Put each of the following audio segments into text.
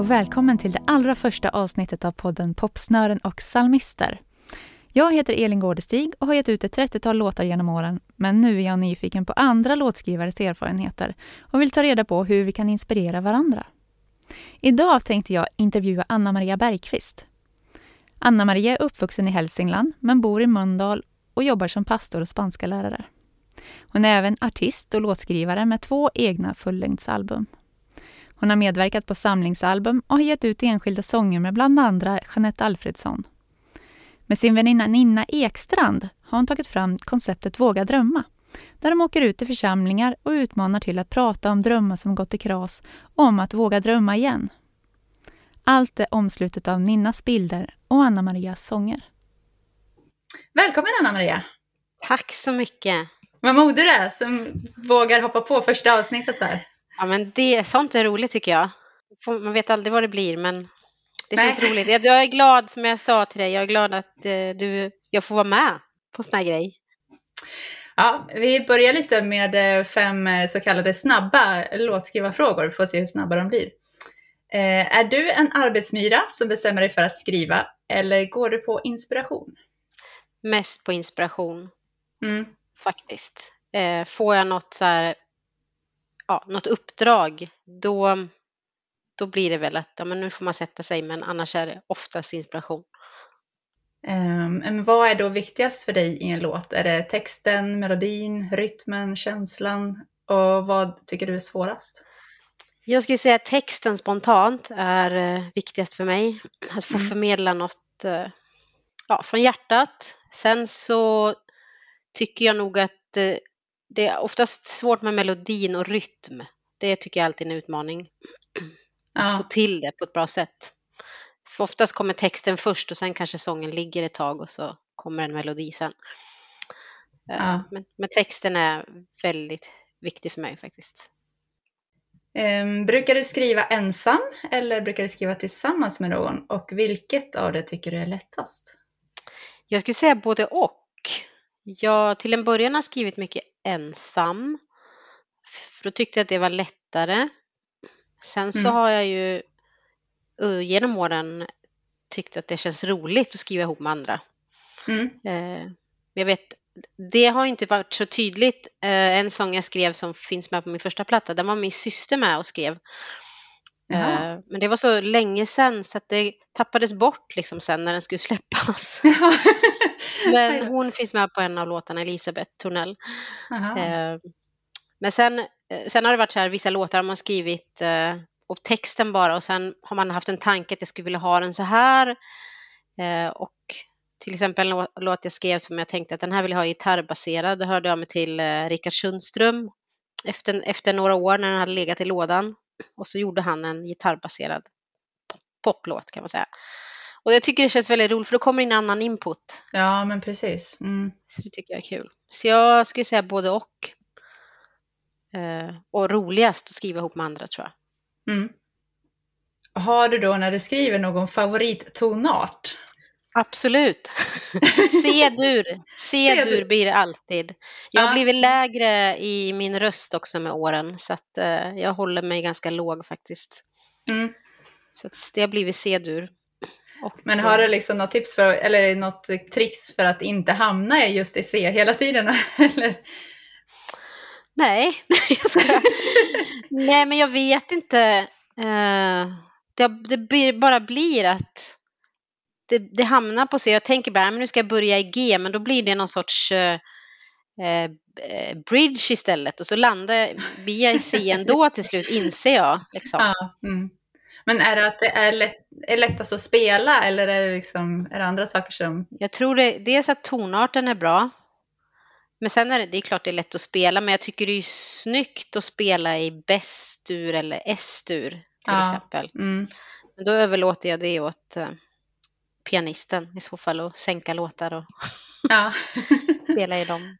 och välkommen till det allra första avsnittet av podden Popsnören och psalmister. Jag heter Elin Gårdestig och har gett ut ett 30-tal låtar genom åren, men nu är jag nyfiken på andra låtskrivares erfarenheter och vill ta reda på hur vi kan inspirera varandra. Idag tänkte jag intervjua Anna-Maria Bergqvist. Anna-Maria är uppvuxen i Hälsingland men bor i Mölndal och jobbar som pastor och spanska lärare. Hon är även artist och låtskrivare med 2 egna fullängdsalbum. Hon har medverkat på samlingsalbum och har gett ut enskilda sånger med bland andra Jeanette Alfredsson. Med sin väninna Nina Ekstrand har hon tagit fram konceptet Våga drömma, där de åker ut till församlingar och utmanar till att prata om drömmar som gått i kras och om att våga drömma igen. Allt är omslutet av Ninnas bilder och Anna-Marias sånger. Välkommen Anna-Maria! Tack så mycket! Vad modig du är som vågar hoppa på första avsnittet så här. Ja, men sånt är roligt tycker jag. Man vet aldrig vad det blir, men det känns roligt. Jag är glad, som jag sa till dig, jag är glad att jag får vara med på sån här grej. Ja, vi börjar lite med 5 så kallade snabba låtskrivarfrågor. Vi får se hur snabba de blir. Är du en arbetsmyra som bestämmer dig för att skriva eller går du på inspiration? Mest på inspiration, faktiskt. Får jag något så här, något uppdrag, då blir det väl att men nu får man sätta sig, men annars är det oftast inspiration. Men vad är då viktigast för dig i en låt? Är det texten, melodin, rytmen, känslan? Och vad tycker du är svårast? Jag skulle säga att texten spontant är viktigast för mig. Att få förmedla något från hjärtat. Sen så tycker jag nog att det är oftast svårt med melodin och rytm. Det tycker jag alltid är en utmaning. Att få till det på ett bra sätt. För oftast kommer texten först och sen kanske sången ligger ett tag och så kommer en melodi sen. Men texten är väldigt viktig för mig faktiskt. Brukar du skriva ensam eller brukar du skriva tillsammans med någon? Och vilket av det tycker du är lättast? Jag skulle säga både och. Jag till en början har skrivit mycket ensam. För då tyckte jag att det var lättare. Sen så har jag ju genom åren tyckt att det känns roligt att skriva ihop med andra. Jag vet, det har inte varit så tydligt. En sång jag skrev som finns med på min första platta, den var min syster med och skrev. Men det var så länge sedan så att det tappades bort liksom sen när den skulle släppas. Men hon finns med på en av låtarna, Elisabeth Tornell. Men sen har det varit så här, vissa låtar har man skrivit och texten bara, och sen har man haft en tanke att jag skulle vilja ha den så här. Och till exempel en låt jag skrev som jag tänkte att den här vill jag ha gitarrbaserad. Då hörde jag mig till Rickard Sundström efter några år när den hade legat i lådan. Och så gjorde han en gitarrbaserad poplåt kan man säga. Och jag tycker det känns väldigt roligt för då kommer en annan input. Ja, men precis. Så det tycker jag är kul. Så jag skulle säga både och. Och roligast att skriva ihop med andra tror jag. Har du då när du skriver någon favorittonart? Absolut. C-dur blir det alltid. Jag har blivit lägre i min röst också med åren. Så att jag håller mig ganska låg faktiskt. Så att det har blivit C-dur. Men har du liksom något tips för, eller något tricks för att inte hamna just i C hela tiden? Eller? Nej, nej, men jag vet inte. Det bara blir att det hamnar på C. Jag tänker bara, men nu ska jag börja i G, men då blir det någon sorts bridge istället. Och så blir jag i C ändå till slut, inser jag. Liksom. Men är det att det är lättast att spela, eller är det andra saker som... Jag tror dels att tonarten är bra. Men sen är det klart det är lätt att spela, men jag tycker det är snyggt att spela i bäst-dur eller S-dur till exempel. Men då överlåter jag det åt pianisten i så fall och sänka låtar och spela i dem.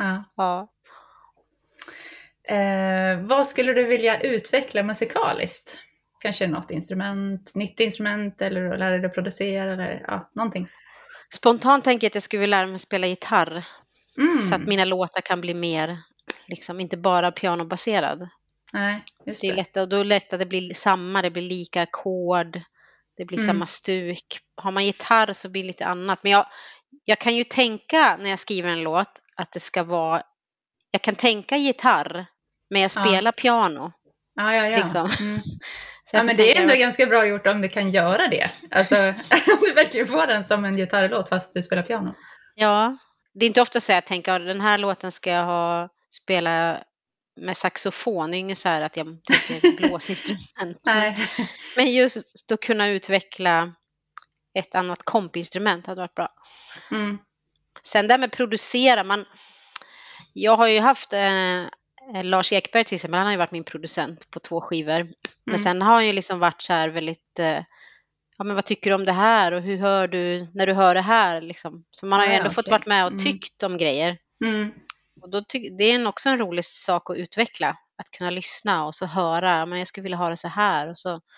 Vad skulle du vilja utveckla musikaliskt? Kanske något nytt instrument eller lära dig att producera eller någonting. Spontant tänker jag att jag skulle vilja lära mig spela gitarr. Så att mina låtar kan bli mer, liksom inte bara pianobaserad. Nej, just Det är det. lätt, och då är det lätt att det blir samma, det blir lika ackord, det blir samma stuk. Har man gitarr så blir det lite annat. Men jag kan ju tänka när jag skriver en låt att det ska vara, jag kan tänka gitarr, men jag Ja. spelar piano. Ja. Liksom. Så Ja, jag får men det är tänka, ändå ganska bra gjort om du kan göra det. Alltså, om du verkligen får den som en gitarrlåt fast du spelar piano. ja, det är inte ofta så jag tänker den här låten ska jag spela med saxofon. Det är inget så här att jag tänker blåsinstrument. Nej. Men just att kunna utveckla ett annat kompinstrument hade varit bra. Mm. Sen där med producera, jag har ju haft Lars Ekberg till exempel, han har ju varit min producent på 2 skivor. Men sen har han ju liksom varit så här väldigt, ja men vad tycker du om det här och hur hör du när du hör det här liksom. Så man har ju ändå fått varit med och tyckt om grejer. Och då det är också en rolig sak att utveckla, att kunna lyssna och så höra, men jag skulle vilja ha det så här och så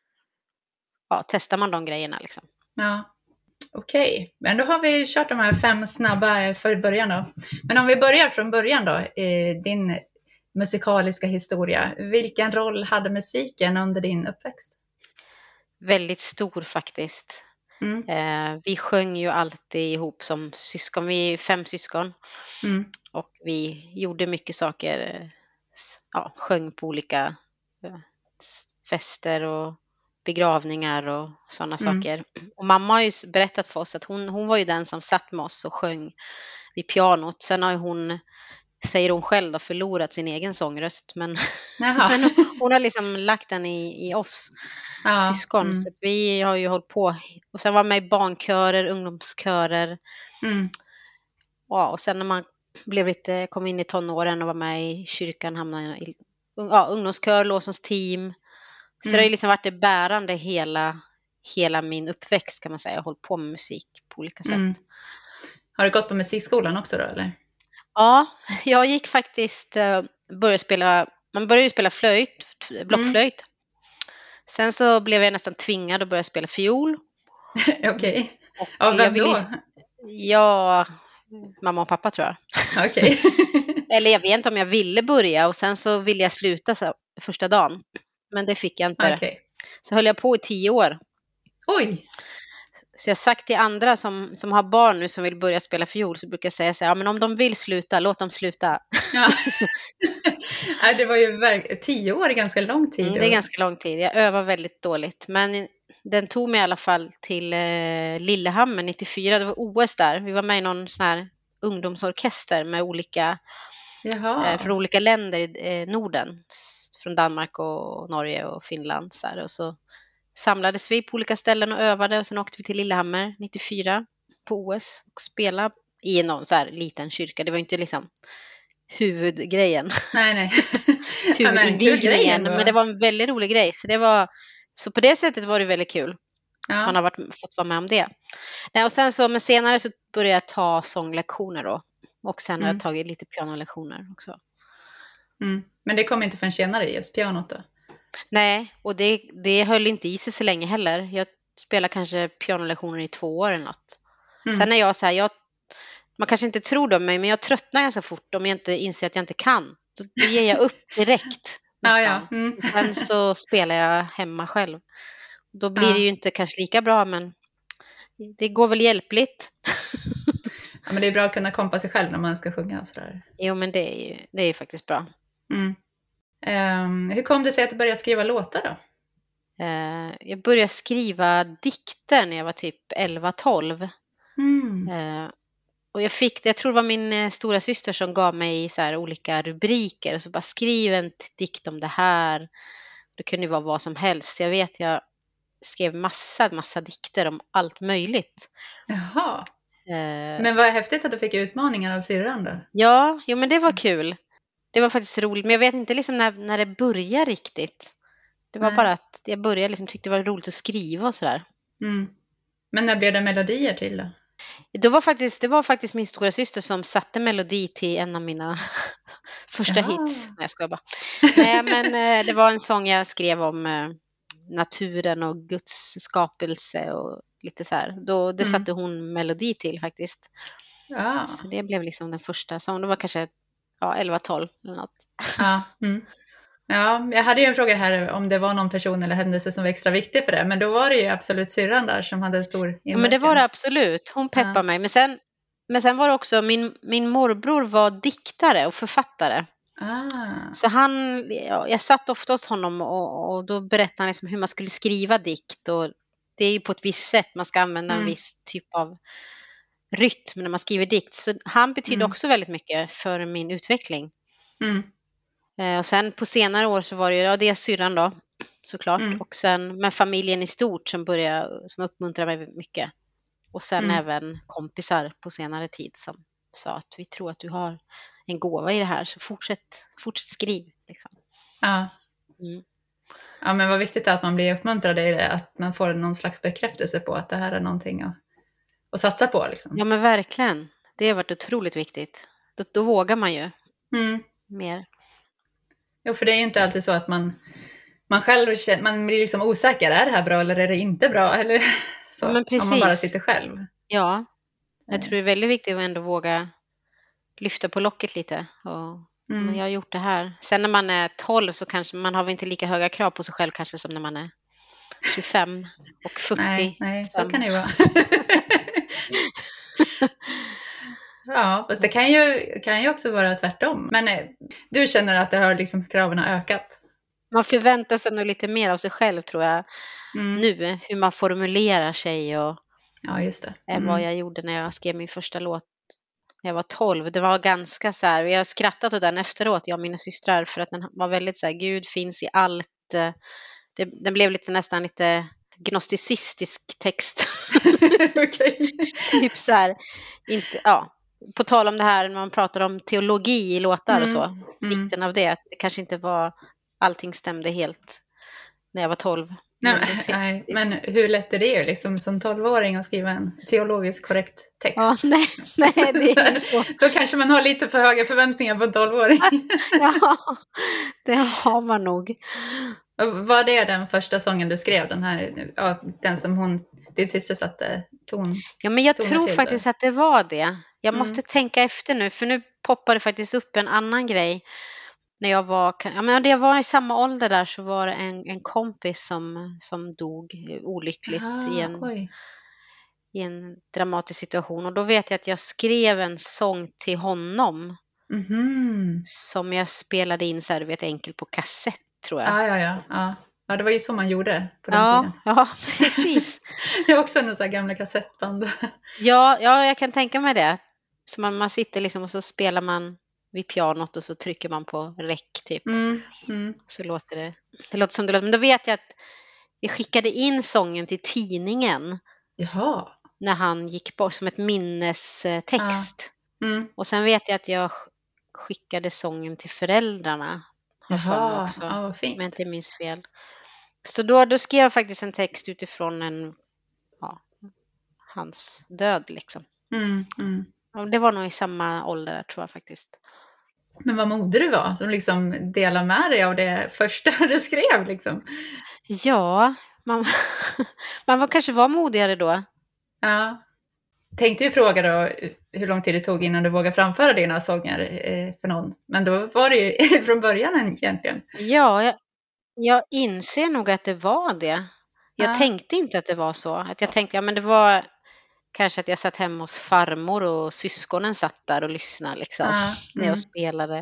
testar man de grejerna liksom. Ja, okej. Men då har vi kört de här 5 snabba för början då. Men om vi börjar från början då, din musikaliska historia. Vilken roll hade musiken under din uppväxt? Väldigt stor faktiskt. Vi sjöng ju alltid ihop som syskon. Vi är 5 syskon. Och vi gjorde mycket saker. Sjöng på olika fester och begravningar och sådana saker. Och mamma har ju berättat för oss att hon var ju den som satt med oss och sjöng vid pianot. Sen har hon, säger hon själv då, förlorat sin egen sångröst. Men hon har liksom lagt den i oss syskon. Så att vi har ju hållit på. Och sen var med i barnkörer, ungdomskörer. Och sen när man kom in i tonåren och var med i kyrkan, hamnade i ungdomskör, lovsångsteam. Så det har ju liksom varit det bärande hela min uppväxt kan man säga. Jag har hållit på med musik på olika sätt. Har du gått på musikskolan också då eller? Ja, jag gick faktiskt, man började ju spela blockflöjt. Sen så blev jag nästan tvingad att börja spela fiol. Okej. Av vem då? Ja, mamma och pappa tror jag. Okej. Eller jag vet inte om jag ville börja och sen så ville jag sluta första dagen. Men det fick jag inte. Okay. Så höll jag på i 10 år. Oj! Så jag har sagt till andra som har barn nu som vill börja spela fiol så brukar jag säga så här, men om de vill sluta, låt dem sluta. Ja. Det var ju 10 år är ganska lång tid. Det är ganska lång tid. Jag övar väldigt dåligt. Men den tog mig i alla fall till Lillehammer 94. Det var OS där. Vi var med i någon sån här ungdomsorkester med olika från olika länder i Norden. Från Danmark och Norge och Finland. Så här. Och så samlades vi på olika ställen och övade och sen åkte vi till Lillehammer 94 på OS och spelade i någon så här liten kyrka. Det var inte liksom huvudgrejen. Nej. Huvudinvigningen, men det var en väldigt rolig grej. Så på det sättet var det väldigt kul. Ja. Man har fått vara med om det. Och sen men senare så började jag ta sånglektioner då. Och sen har jag tagit lite pianolektioner också. Men det kom inte förrän senare just pianot då? Nej, och det höll inte i sig så länge heller. Jag spelade kanske pianolektioner i 2 år eller något. Sen är jag så här, man kanske inte tror det mig, men jag tröttnar ganska fort om jag inte inser att jag inte kan. Då ger jag upp direkt. Sen så spelar jag hemma själv. Då blir det ju inte kanske lika bra, men det går väl hjälpligt. Ja, men det är bra att kunna kompa sig själv när man ska sjunga och sådär. Jo, men det är ju faktiskt bra. Hur kom det sig att du började skriva låtar då? Jag började skriva dikter när jag var typ 11-12. Och jag tror det var min stora syster som gav mig så här olika rubriker och så bara skriv en dikt om det här. Det kunde ju vara vad som helst. Jag vet jag skrev massa dikter om allt möjligt. Jaha. Men vad häftigt att du fick utmaningar av syrran då. Ja, men det var kul. Det var faktiskt roligt, men jag vet inte liksom när det började riktigt. Det var bara att jag började liksom tyckte det var roligt att skriva och sådär. Men när blev det melodier till då? Det var faktiskt min stora syster som satte melodi till en av mina första hits. Nej, jag skojar bara. Nej, men det var en sång jag skrev om naturen och Guds skapelse och lite så här. Det satte hon melodi till faktiskt. Ja. Så det blev liksom den första sången. Det var kanske 11-12 eller något. Ja, jag hade ju en fråga här om det var någon person eller händelse som var extra viktig för det. Men då var det ju absolut syrran där som hade stor Ja, men det var det inverkan. absolut. Hon Ja. peppar mig. Men sen var det också, min morbror var diktare och författare. Ah. Så jag satt ofta hos honom och då berättade han liksom hur man skulle skriva dikt. Och det är ju på ett visst sätt, man ska använda en viss typ av rytm när man skriver dikt. Så han betydde också väldigt mycket för min utveckling. Mm. Och sen på senare år så var det ju, det är syrran då, såklart. Och sen med familjen i stort som uppmuntrade mig mycket. Och sen även kompisar på senare tid som sa att vi tror att du har en gåva i det här, så fortsätt skriv. Liksom. Ja. Ja, men vad viktigt att man blir uppmuntrad i det, att man får någon slags bekräftelse på att det här är någonting att satsa på. Liksom. Ja, men verkligen. Det har varit otroligt viktigt. Då vågar man ju mer. Jo, för det är ju inte alltid så att man själv man blir liksom osäker. Är det här bra eller är det inte bra? Eller så, Ja, men precis. om man bara sitter själv. Ja, jag tror det är väldigt viktigt att ändå våga lyfta på locket lite. Men jag har gjort det här. Sen när man är 12 så kanske man har väl inte lika höga krav på sig själv kanske som när man är 25 och 40. Nej, så kan det ju vara. Ja, fast det kan ju också vara tvärtom. Men du känner att det har liksom, kraven har ökat? Man förväntar sig nog lite mer av sig själv, tror jag, nu. Hur man formulerar sig och ja, just det. vad jag gjorde när jag skrev min första låt när jag var 12. Det var ganska så här, jag har skrattat åt den efteråt, jag och mina systrar, för att den var väldigt så här, Gud finns i allt. Den blev nästan lite gnosticistisk text. Okej. Typ så här, inte, ja, på tal om det här när man pratar om teologi i låtar och så, vikten av det, att det kanske inte var, allting stämde helt när jag var 12. Nej, men hur lätt är det liksom som 12-åring att skriva en teologiskt korrekt text? Ja, nej, det är ju så. Då kanske man har lite för höga förväntningar på en 12-åring. Ja, det har man nog. Var det den första sången du skrev? Den som din syster satte ton? Ja, men jag tror faktiskt att det var det. Jag måste tänka efter nu, för nu poppar det faktiskt upp en annan grej. När jag var i samma ålder där, så var det en kompis som dog olyckligt i en dramatisk situation. Och då vet jag att jag skrev en sång till honom som jag spelade in så här, du vet, enkelt på kassett, tror jag. Ja, det var ju så man gjorde på den tiden. Ja, precis. Jag har också en sån här gamla kassettband. Ja, jag kan tänka mig det. Så man sitter liksom och så spelar man vid pianot och så trycker man på rec typ. Så låter det som det låter. Men då vet jag att vi skickade in sången till tidningen. Jaha. När han gick bort, som ett minnestext. Och sen vet jag att jag skickade sången till föräldrarna. Jaha, också, vad fint. men inte minns fel. Så då skrev jag faktiskt en text utifrån hans död liksom. Och det var nog i samma ålder där, tror jag faktiskt. Men vad modig du var som liksom delar med dig av det första du skrev liksom. Ja, man kanske var modigare då. Ja. Tänkte ju fråga då hur lång tid det tog innan du vågade framföra dina sånger för någon. Men då var det ju från början egentligen. Ja, jag inser nog att det var det. Jag tänkte inte att det var så. Att jag tänkte, men det var kanske att jag satt hemma hos farmor och syskonen satt där och lyssnade liksom, när jag spelade.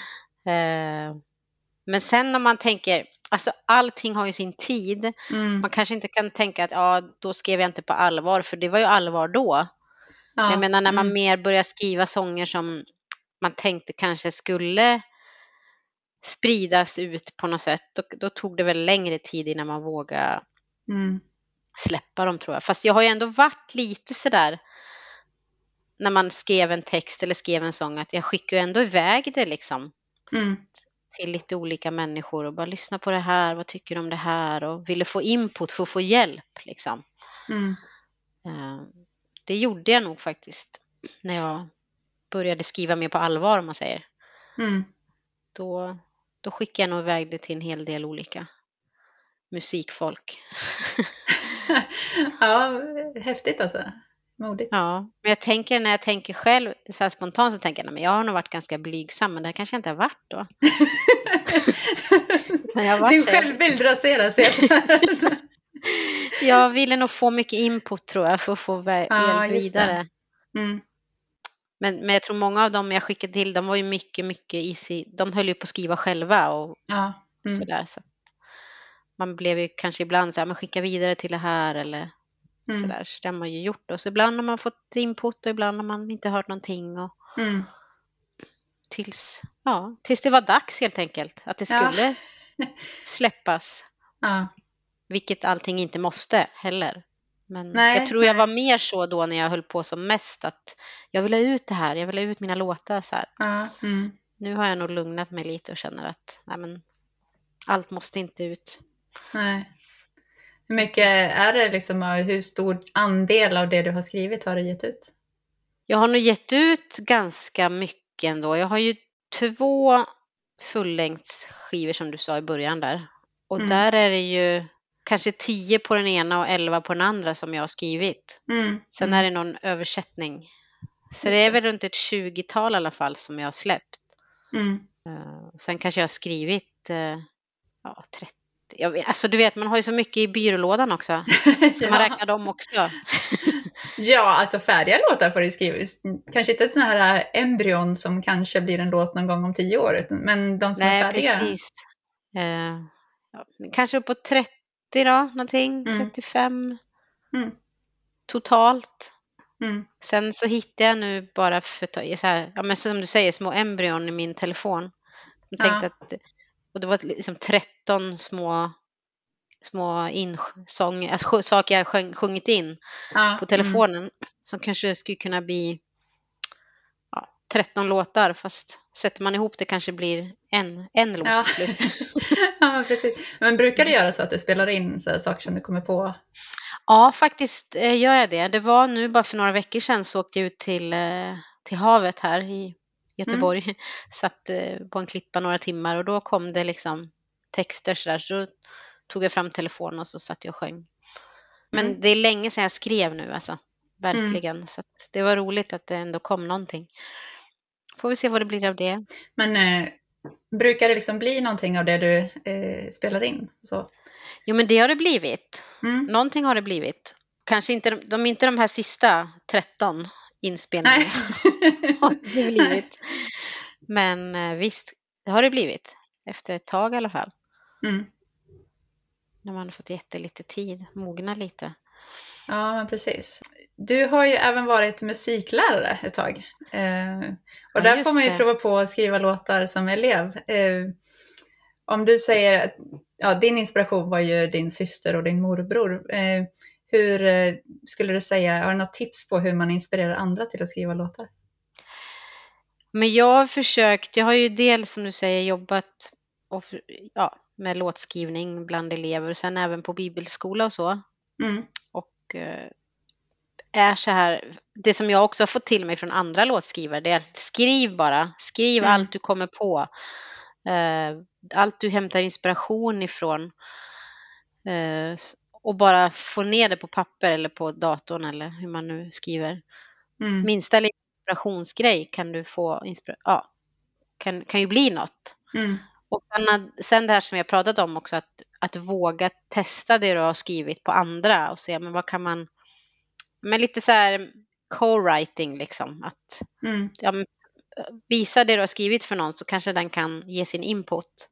Men sen när man tänker, alltså allting har ju sin tid. Man kanske inte kan tänka att då skrev jag inte på allvar, för det var ju allvar då. Men jag menar, när man mer börjar skriva sånger som man tänkte kanske skulle spridas ut på något sätt, då tog det väl längre tid innan man vågade släppa dem, tror jag. Fast jag har ju ändå varit lite sådär, när man skrev en text eller skrev en sång, att jag skickar ju ändå iväg det liksom till lite olika människor och bara lyssna på det här, vad tycker du om det här, och ville få input för att få hjälp liksom. Det gjorde jag nog faktiskt när jag började skriva mer på allvar, om man säger. Då skickade jag nog iväg det till en hel del olika musikfolk. Ja, häftigt alltså. Modigt. Ja, men jag tänker när jag tänker själv så här spontant så tänker jag, nej, men jag har nog varit ganska blygsam, men det kanske jag inte har varit då. Utan jag har varit Din så här- självbild raseras helt. Jag ville nog få mycket input tror jag för att få Ja, hjälp just det. vidare. Mm. Men jag tror många av dem jag skickade till, de var ju mycket de höll ju på att skriva själva och Ja. Mm. sådär. Så att man blev ju kanske ibland så här, men skicka vidare till det här eller sådär. Så det har man ju gjort. Och så ibland har man fått input och ibland har man inte hört någonting. Och Mm. tills det var dags helt enkelt. Att det skulle släppas. Ja. Vilket allting inte måste heller. Men Nej, jag tror jag var mer så då när jag höll på som mest att jag vill ha ut det här. Jag vill ha ut mina låtar så här. Ja. Mm. Nu har jag nog lugnat mig lite och känner att nej, men, allt måste inte ut. Nej. Hur mycket är det liksom, hur stor andel av det du har skrivit har du gett ut? Jag har nog gett ut ganska mycket ändå. Jag har ju 2 fullängdsskivor som du sa i början där. Och där är det ju kanske 10 på den ena och 11 på den andra som jag har skrivit. Sen är det någon översättning. Så det är väl runt ett 20-tal i alla fall som jag har släppt. Sen kanske jag har skrivit 30. Alltså du vet, man har ju så mycket i byrålådan också. Ska man räkna dem också? Ja, alltså färdiga låtar får du skriva. Kanske inte såna här embryon som kanske blir en låt någon gång om 10 år. Men de som är färdiga. Precis. Kanske uppåt 30 då, någonting. 35 totalt. Sen så hittade jag nu bara för så här, men som du säger, små embryon i min telefon. Jag tänkte att, och det var liksom 13 små saker jag sjungit in på telefonen som kanske skulle kunna bli 13 låtar, fast sätter man ihop det kanske blir en låt till slut. Ja, men precis. Men brukar du göra så att du spelar in så här saker som du kommer på? Ja, faktiskt gör jag det. Det var nu bara för några veckor sedan så åkte jag ut till havet här i Göteborg. Satt på en klippa några timmar och då kom det liksom texter så där. Så tog jag fram telefonen och så satt jag och sjöng. Men det är länge sedan jag skrev nu alltså. Verkligen. Så att det var roligt att det ändå kom någonting. Får vi se vad det blir av det. Men brukar det liksom bli någonting av det du spelar in? Så. Jo, men det har det blivit. Någonting har det blivit. Kanske inte de här sista 13 inspelningarna har det blivit. Men visst, det har det blivit. Efter ett tag i alla fall. När man har fått lite tid, mogna lite. Ja, men precis. Du har ju även varit musiklärare ett tag. Och där får man ju prova på att skriva låtar som elev. Om du säger att din inspiration var ju din syster och din morbror. Hur skulle du säga, har du något tips på hur man inspirerar andra till att skriva låtar? Men jag har ju dels som du säger jobbat med låtskrivning bland elever och sen även på bibelskola och så. Och är så här, det som jag också har fått till mig från andra låtskrivare, det är att skriv allt du kommer på. Allt du hämtar inspiration ifrån. Och bara få ner det på papper eller på datorn eller hur man nu skriver. Minsta inspirationsgrej kan du få kan ju bli något. Och sen det här som jag pratat om också, att våga testa det du har skrivit på andra och se men vad kan man, men lite så här co-writing liksom, att visa det du har skrivit för någon så kanske den kan ge sin input.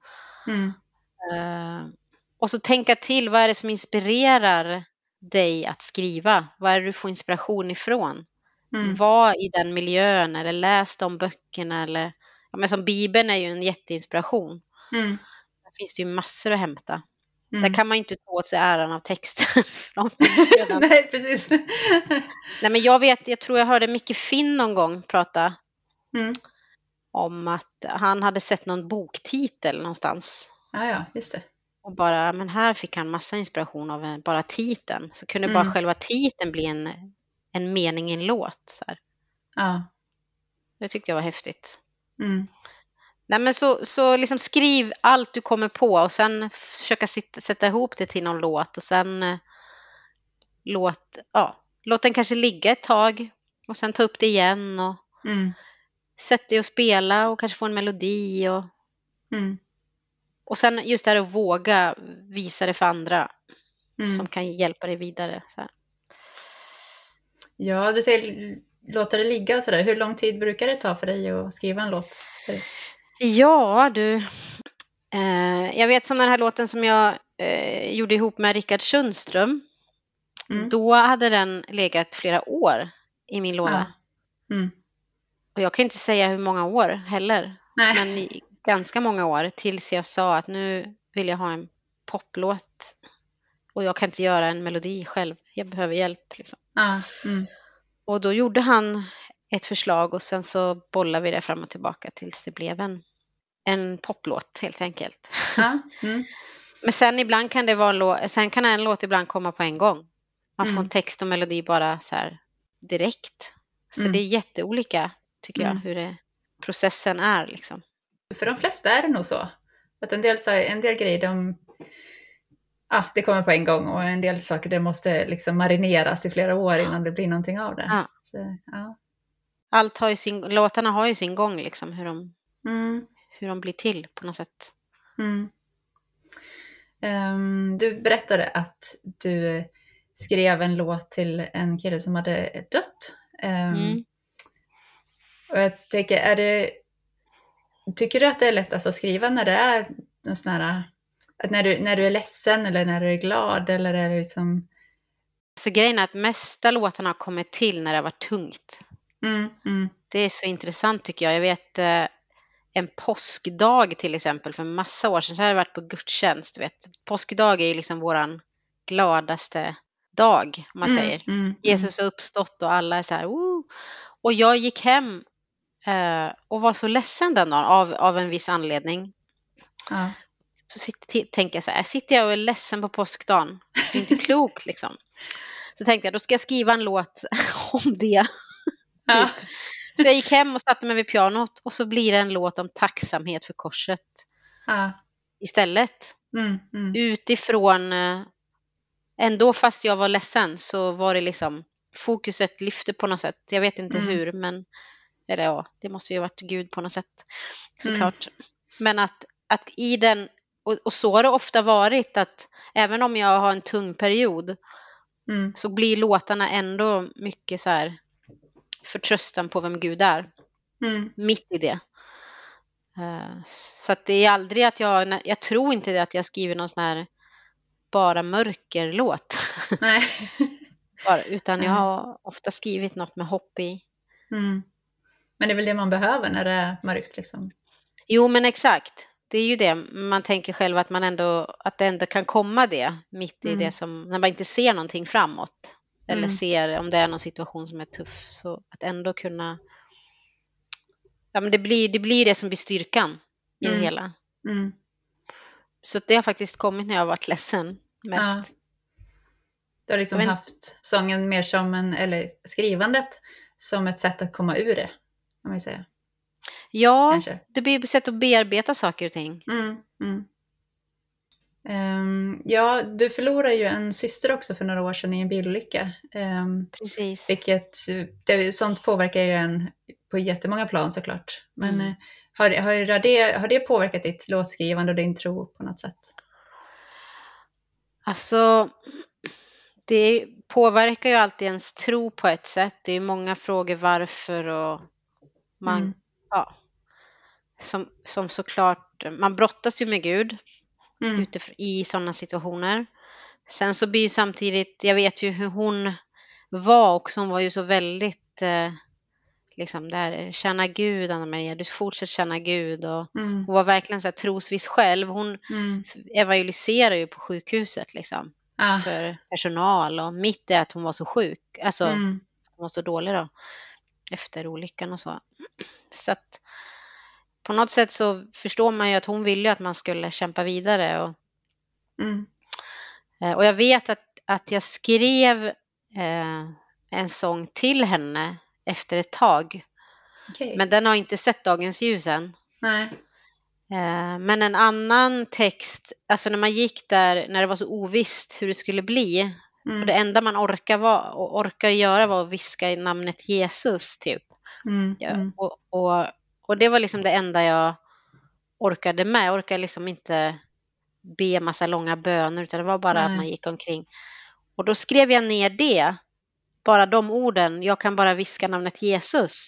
Och så tänka till, vad är det som inspirerar dig att skriva? Vad är det du får inspiration ifrån? Var i den miljön eller läs de böckerna eller men som Bibeln är ju en jätteinspiration. Där finns det ju massor att hämta. Där kan man inte ta åt sig äran av texter. De finns redan. Nej, precis. Nej, men jag tror jag hörde Micke Finn någon gång prata om att han hade sett någon boktitel någonstans. Ja, just det. Och bara, men här fick han massa inspiration av bara titeln. Så kunde bara själva titeln bli en mening i en låt. Så här. Ja. Det tycker jag var häftigt. Nej, men så liksom skriv allt du kommer på och sen försöka sätta ihop det till någon låt och sen låt den kanske ligga ett tag och sen ta upp det igen och sätta dig och spela och kanske få en melodi och sen just det här att våga visa det för andra som kan hjälpa dig vidare. Så här. Ja, du säger låta det ligga och sådär. Hur lång tid brukar det ta för dig att skriva en låt? Ja, du. Jag vet som den här låten som jag gjorde ihop med Rickard Sundström. Då hade den legat flera år i min låda. Och jag kan inte säga hur många år heller. Nej. Men ganska många år tills jag sa att nu vill jag ha en poplåt. Och jag kan inte göra en melodi själv. Jag behöver hjälp. Liksom. Och då gjorde han ett förslag och sen så bollade vi det fram och tillbaka tills det blev en poplåt helt enkelt. Men sen ibland kan det vara sen kan en låt ibland komma på en gång. Man får en text och melodi bara så här direkt. Så det är jätteolika tycker jag hur processen är liksom. För de flesta är det nog så. Att en del grejer det kommer på en gång och en del saker det måste liksom marineras i flera år innan det blir någonting av det. Ja. Så, ja. Allt har ju låtarna har ju sin gång liksom hur de blir till på något sätt. Du berättade att du skrev en låt till en kille som hade dött. Och jag tänker, tycker du att det är lättast att skriva när det är en sån här, att när du är ledsen eller när du är glad eller är det liksom... Så grejen är att mesta låtarna har kommit till när det har varit tungt. Det är så intressant tycker jag. Jag vet en påskdag till exempel för massa år sedan så hade jag varit på gudstjänst. Vet. Påskdag är ju liksom våran gladaste dag om man säger. Jesus har uppstått och alla är så här. Och jag gick hem och var så ledsen den dagen av en viss anledning. Så tänker jag så här, sitter jag och är ledsen på påskdagen? Det är inte klokt liksom. Så tänkte jag, då ska jag skriva en låt om det. Typ. Så jag gick hem och satte mig vid pianot och så blir det en låt om tacksamhet för korset. Istället. Utifrån, ändå fast jag var ledsen så var det liksom, fokuset lyfte på något sätt. Jag vet inte hur, men eller ja, det måste ju ha varit Gud på något sätt. Såklart. Men att i den, och så har det ofta varit att även om jag har en tung period så blir låtarna ändå mycket så här förtröstan på vem Gud är. Mitt i det. Så att det är aldrig att jag tror inte det att jag skriver någon sån här bara mörkerlåt. Nej. Utan jag har ofta skrivit något med hopp i. Men det är väl det man behöver när det är mörkt liksom. Jo, men exakt. Det är ju det. Man tänker själv att att det ändå kan komma det mitt i det som, när man inte ser någonting framåt. Eller ser om det är någon situation som är tuff. Så att ändå kunna, ja men det blir det som blir styrkan i det hela. Så det har faktiskt kommit när jag har varit ledsen mest. Du har liksom haft sången mer som eller skrivandet som ett sätt att komma ur det, kan man ju säga. Ja, kanske. Det blir ett sätt att bearbeta saker och ting. Ja, du förlorade ju en syster också för några år sedan i en bilolycka. Precis. Sånt påverkar ju en på jättemånga plan såklart. Men har det påverkat ditt låtskrivande och din tro på något sätt? Alltså, det påverkar ju alltid ens tro på ett sätt. Det är ju många frågor varför och man, som såklart, man brottas ju med Gud i sådana situationer. Sen så blir ju samtidigt, jag vet ju hur hon var också, hon var ju så väldigt liksom där, känna Gud Anna-Maria, du fortsätter känna Gud och hon var verkligen så här trosviss själv. Hon evangeliserar ju på sjukhuset liksom för personal och mitt i att hon var så sjuk, alltså att hon var så dålig då efter olyckan och så. Så att på något sätt så förstår man ju att hon ville att man skulle kämpa vidare och jag vet att jag skrev en sång till henne efter ett tag. Okay. Men den har inte sett dagens ljus än. Nej. Men en annan text, alltså när man gick där, när det var så ovisst hur det skulle bli, Och det enda man orkar göra var att viska i namnet Jesus typ. Och det var liksom det enda jag orkade med. Jag orkade liksom inte be massa långa böner, utan det var bara att man gick omkring. Och då skrev jag ner det. Bara de orden. Jag kan bara viska namnet Jesus.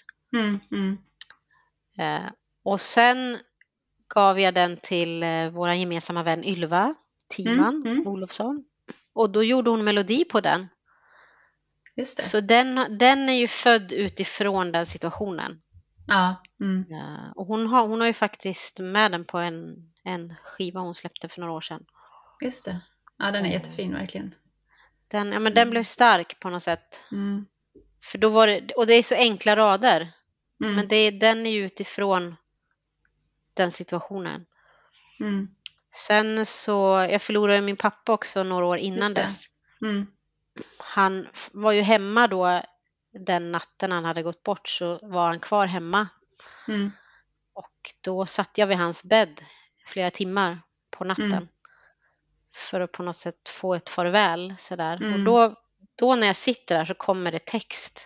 Och sen gav jag den till vår gemensamma vän Ylva Timan Olofsson. Och då gjorde hon melodi på den. Just det. Så den är ju född utifrån den situationen. Ja. Och hon har ju faktiskt med den på en skiva hon släppte för några år sedan. Just det. Ja, den är jättefin verkligen. Den blev stark på något sätt. För då var det, och det är så enkla rader. Men den är ju utifrån den situationen. Sen så, jag förlorade min pappa också några år innan dess. Han var ju hemma då den natten han hade gått bort, så var han kvar hemma. Och då satt jag vid hans bädd flera timmar på natten. För att på något sätt få ett farväl. Sådär. Och då när jag sitter där så kommer det text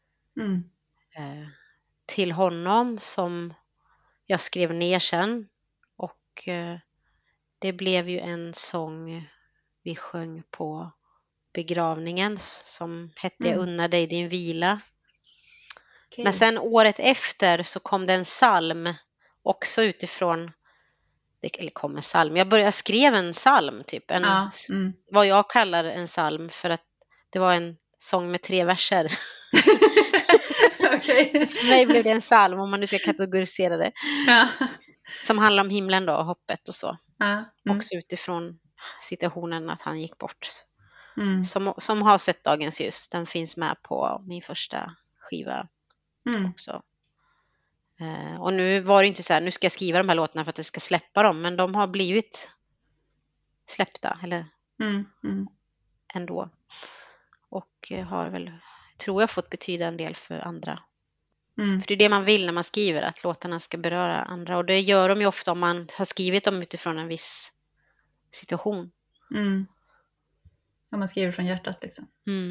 till honom som jag skrev ner sen. Och det blev ju en sång vi sjöng på begravningen som hette Jag unnar dig din vila. Okay. Men sen året efter så kom det en psalm också utifrån, eller kom en psalm, jag skrev en psalm typ, vad jag kallar en psalm, för att det var en sång med 3 verser. Okay. För mig blev det en psalm, om man nu ska kategorisera det. Som handlar om himlen då, hoppet och så. Också utifrån situationen att han gick bort. Som har sett dagens ljus. Den finns med på min första skiva också. Och nu var det inte så här, nu ska jag skriva de här låtarna för att jag ska släppa dem. Men de har blivit släppta, eller ändå. Och har väl, tror jag, fått betyda en del för andra. För det är det man vill när man skriver, att låtarna ska beröra andra. Och det gör de ju ofta om man har skrivit dem utifrån en viss situation. Om man skriver från hjärtat liksom.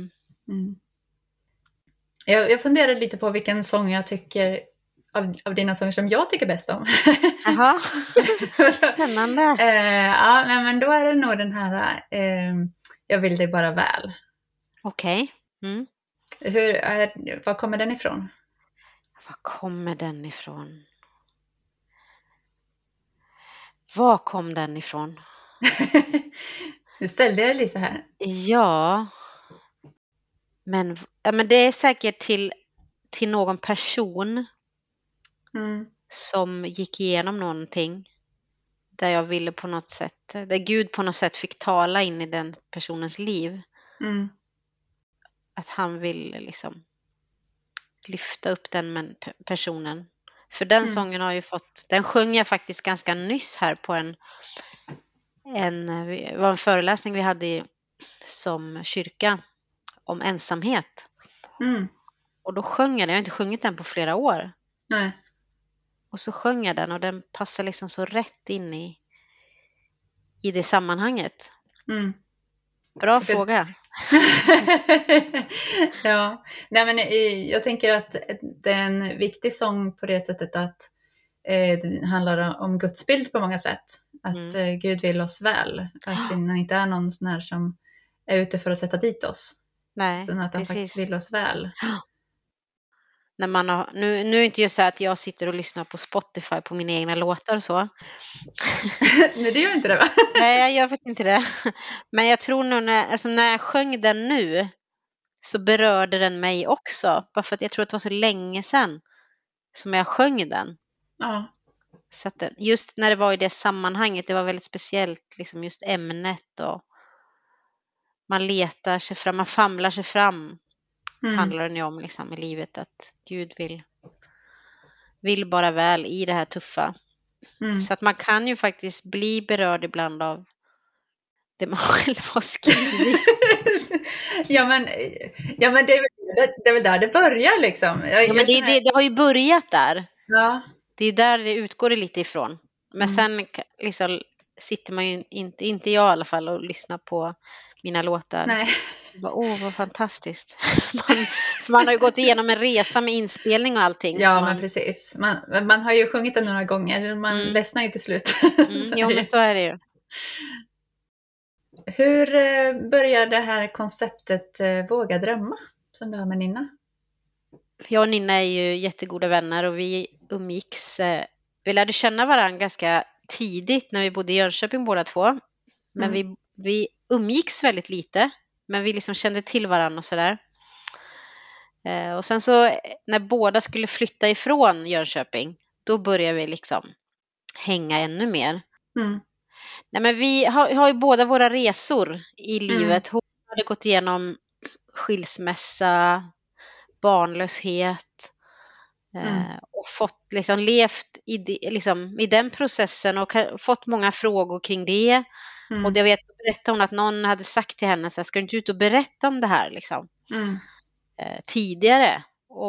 Jag funderar lite på vilken sång jag tycker av dina sånger som jag tycker bäst om. Jaha, spännande. Ja, men då är det nog den här Jag vill dig bara väl. Okej. Var kommer den ifrån? Var kommer den ifrån? Var kom den ifrån? Nu ställde jag lite här. Ja. Men det är säkert till någon person som gick igenom någonting. Där jag ville på något sätt, där Gud på något sätt fick tala in i den personens liv. Att han vill liksom lyfta upp den personen. För den sången har ju den sjöng jag faktiskt ganska nyss här på det var en föreläsning vi hade som kyrka om ensamhet. Och då sjöng jag den, jag har inte sjungit den på flera år. Nej. Och så sjöng jag den och den passar liksom så rätt in i det sammanhanget. Bra fråga. Ja, nej men jag tänker att det är en viktig sång på det sättet att det handlar om Guds bild på många sätt. Att Gud vill oss väl. Att kvinnan inte är någon sån här som är ute för att sätta dit oss. Nej, utan att han faktiskt vill oss väl. När man har, nu är det inte just så att jag sitter och lyssnar på Spotify på mina egna låtar och så. Nej, det gör inte det, va? Nej, jag gör faktiskt inte det. Men jag tror nog när jag sjöng den nu så berörde den mig också. Bara för att jag tror att det var så länge sedan som jag sjöng den. Ja. Så att just när det var i det sammanhanget, det var väldigt speciellt, liksom just ämnet, och man letar sig fram, man famlar sig fram. Handlar det ju om liksom i livet, att Gud vill bara väl i det här tuffa. Så att man kan ju faktiskt bli berörd ibland av det man själv har skrivit. ja men det är väl där det börjar liksom. Men det har ju börjat där. Ja. Det är ju där det utgår lite ifrån. Men sen liksom sitter man ju inte jag i alla fall och lyssnar på mina låtar. Nej. Vad fantastiskt. Man har ju gått igenom en resa med inspelning och allting. Ja, men precis. Man har ju sjungit den några gånger. Man ledsnar ju till slut. Jo, men så är det ju. Hur börjar det här konceptet Våga drömma som du har med Ninna? Jag och Ninna är ju jättegoda vänner och vi umgicks. Vi lärde känna varandra ganska tidigt när vi bodde i Jönköping båda två. Men vi umgicks väldigt lite. Men vi liksom kände till varandra och sådär. Och sen så när båda skulle flytta ifrån Jönköping, då började vi liksom hänga ännu mer. Nej, men vi har ju båda våra resor i livet. Hon hade gått igenom skilsmässa, barnlöshet och fått liksom levt i den processen och fått många frågor kring det. Och jag vet, berättade hon att någon hade sagt till henne så här, ska du inte ut och berätta om det här liksom? Tidigare.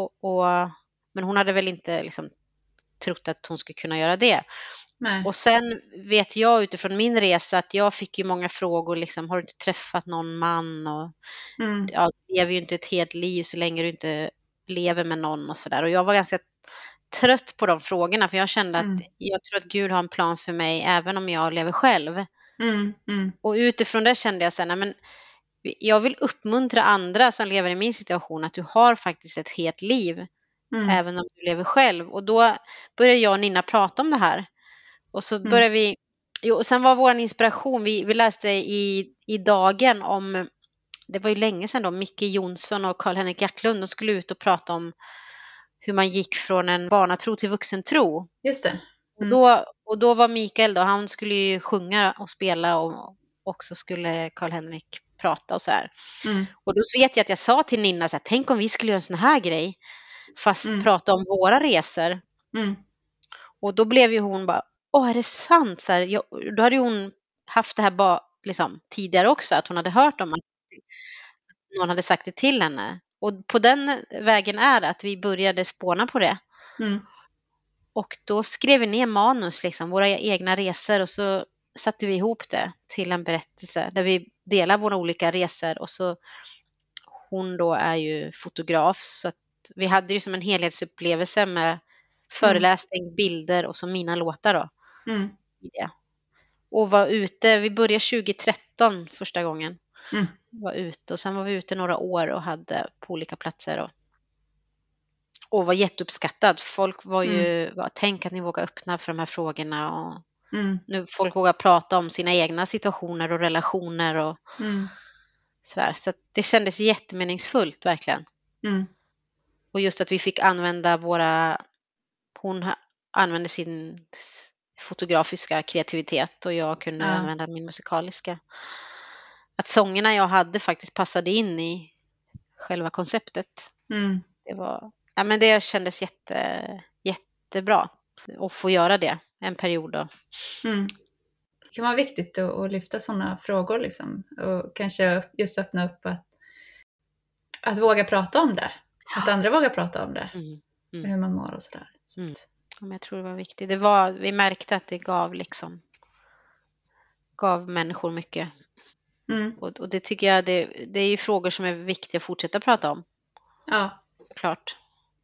Men hon hade väl inte liksom trott att hon skulle kunna göra det. Nej. Och sen vet jag utifrån min resa att jag fick ju många frågor liksom, har du inte träffat någon man? Och ja, du lever ju inte ett helt liv så länge du inte lever med någon och sådär. Och jag var ganska trött på de frågorna för jag kände att jag tror att Gud har en plan för mig även om jag lever själv. Och utifrån det kände jag sen, men jag vill uppmuntra andra som lever i min situation att du har faktiskt ett helt liv även om du lever själv. Och då började jag och Ninna prata om det här. Och så började vi, och sen var vår inspiration, vi läste i Dagen om, det var ju länge sedan då, Micke Jonsson och Karl-Henrik Jacklund, de skulle ut och prata om hur man gick från en barnatro till vuxentro. Just det. Och då var Mikael då, han skulle ju sjunga och spela och också skulle Karl-Henrik prata och så här. Och då vet jag att jag sa till Ninna så här, tänk om vi skulle göra en sån här grej fast prata om våra resor. Och då blev ju hon bara, är det sant? Så här, då hade hon haft det här liksom, tidigare också, att hon hade hört om att någon hade sagt det till henne. Och på den vägen är det att vi började spåna på det. Och då skrev vi ner manus, liksom, våra egna resor, och så satte vi ihop det till en berättelse där vi delar våra olika resor. Och så hon då är ju fotograf, så att vi hade ju som en helhetsupplevelse med föreläsning, bilder och så mina låtar då. I det. Och var ute, vi började 2013 första gången. Var ute och sen var vi ute några år och hade på olika platser och var jätteuppskattad. Folk var ju, tänk att ni vågar öppna för de här frågorna och nu folk vågar prata om sina egna situationer och relationer och sådär. Så att det kändes jättemeningsfullt verkligen. Och just att vi fick använda hon använde sin fotografiska kreativitet och jag kunde använda min musikaliska. Att sångerna jag hade faktiskt passade in i själva konceptet. Det kändes jättebra att få göra det en period då. Det kan vara viktigt att lyfta sådana frågor liksom, och kanske just öppna upp att våga prata om det. Att andra vågar prata om det. Hur man mår och sådär. Jag tror det var viktigt. Vi märkte att det gav människor mycket. Och det tycker jag, det är ju frågor som är viktiga att fortsätta prata om. Ja. Såklart.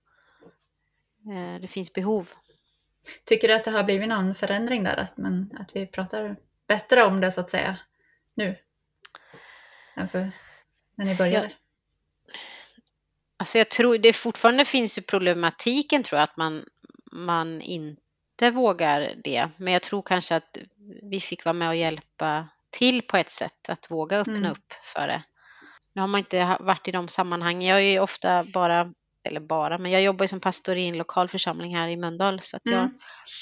Det finns behov. Tycker du att det har blivit någon förändring där? Att vi pratar bättre om det så att säga nu? Än för när ni började? Alltså jag tror det fortfarande finns ju problematiken, tror jag, att man inte vågar det. Men jag tror kanske att vi fick vara med och hjälpa till på ett sätt att våga öppna upp för det. Nu har man inte varit i de sammanhangen. Jag är ju ofta men jag jobbar ju som pastor i en lokal församling här i Mölndal, så att jag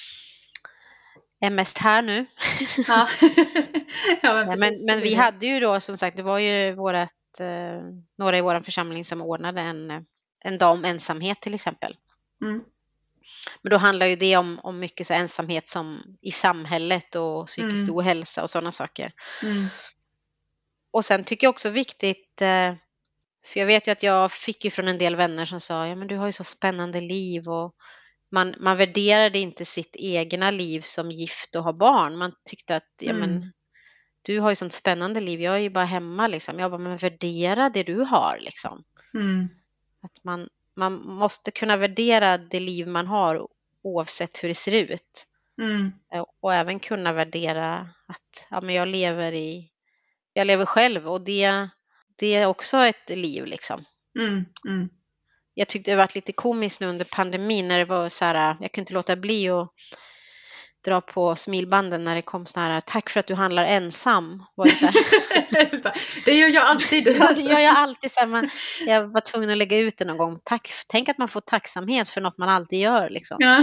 är mest här nu. Ja. men vi hade ju då, som sagt, det var ju några i vår församling som ordnade en dag om ensamhet till exempel. Men då handlar ju det om mycket så ensamhet som i samhället och psykisk ohälsa och sådana saker. Och sen tycker jag också viktigt, för jag vet ju att jag fick ju från en del vänner som sa, ja men du har ju så spännande liv, och man värderade inte sitt egna liv som gift och ha barn. Man tyckte att du har ju sånt spännande liv, jag är ju bara hemma liksom. Jag bara, men värdera det du har liksom. Att man måste kunna värdera det liv man har oavsett hur det ser ut. Och även kunna värdera att men jag lever själv, och det är också ett liv liksom. Jag tyckte det var lite komiskt nu under pandemin när det var så här, jag kunde inte låta bli att dra på smilbanden när det kom så här, tack för att du handlar ensam. Var det, så här. Det gör jag alltid. Det gör jag alltid så här, jag var tvungen att lägga ut det någon gång. Tänk att man får tacksamhet för något man alltid gör liksom. Ja.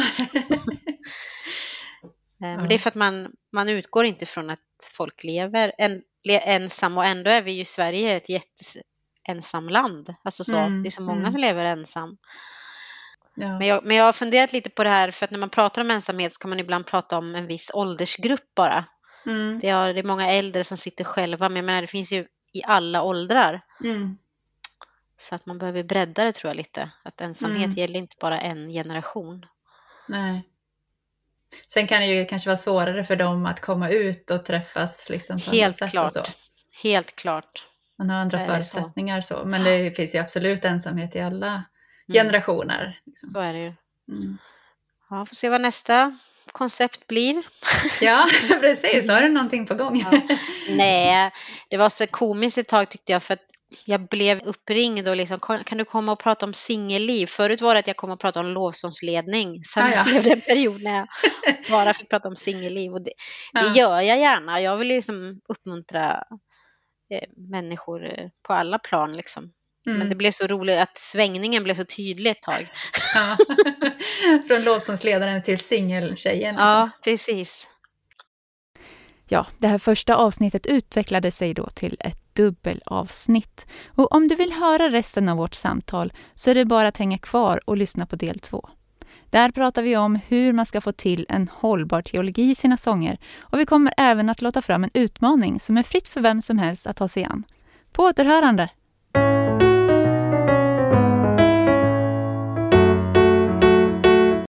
Men det är för att man utgår inte från att folk lever ensam, och ändå är vi ju i Sverige ett jätteensamt land. Alltså så, det är så många som lever ensam. Ja. Men jag har funderat lite på det här, för att när man pratar om ensamhet så kan man ibland prata om en viss åldersgrupp bara. Det är många äldre som sitter själva, men jag menar, det finns ju i alla åldrar. Så att man behöver bredda det, tror jag, lite. Att ensamhet gäller inte bara en generation. Nej. Sen kan det ju kanske vara svårare för dem att komma ut och träffas liksom på helt sätt klart. Och så. Helt klart. Man har andra förutsättningar så. Men det finns ju absolut ensamhet i alla generationer. Liksom. Så är det ju. Ja, får se vad nästa koncept blir. Ja, precis. Har du någonting på gång? Ja. Nej, det var så komiskt ett tag tyckte jag, för att jag blev uppringd och liksom, kan du komma och prata om singelliv? Förut var det att jag kom och pratade om lovsångsledning. Sen blev det en period när jag bara fick prata om singelliv. Och det gör jag gärna. Jag vill liksom uppmuntra människor på alla plan liksom. Men det blev så roligt att svängningen blev så tydlig ett tag. Ja. Från lovsångsledaren till singeltjejen. Liksom. Ja, precis. Ja, det här första avsnittet utvecklade sig då till ett dubbelavsnitt. Och om du vill höra resten av vårt samtal så är det bara att hänga kvar och lyssna på del 2. Där pratar vi om hur man ska få till en hållbar teologi i sina sånger. Och vi kommer även att låta fram en utmaning som är fritt för vem som helst att ta sig an. På återhörande!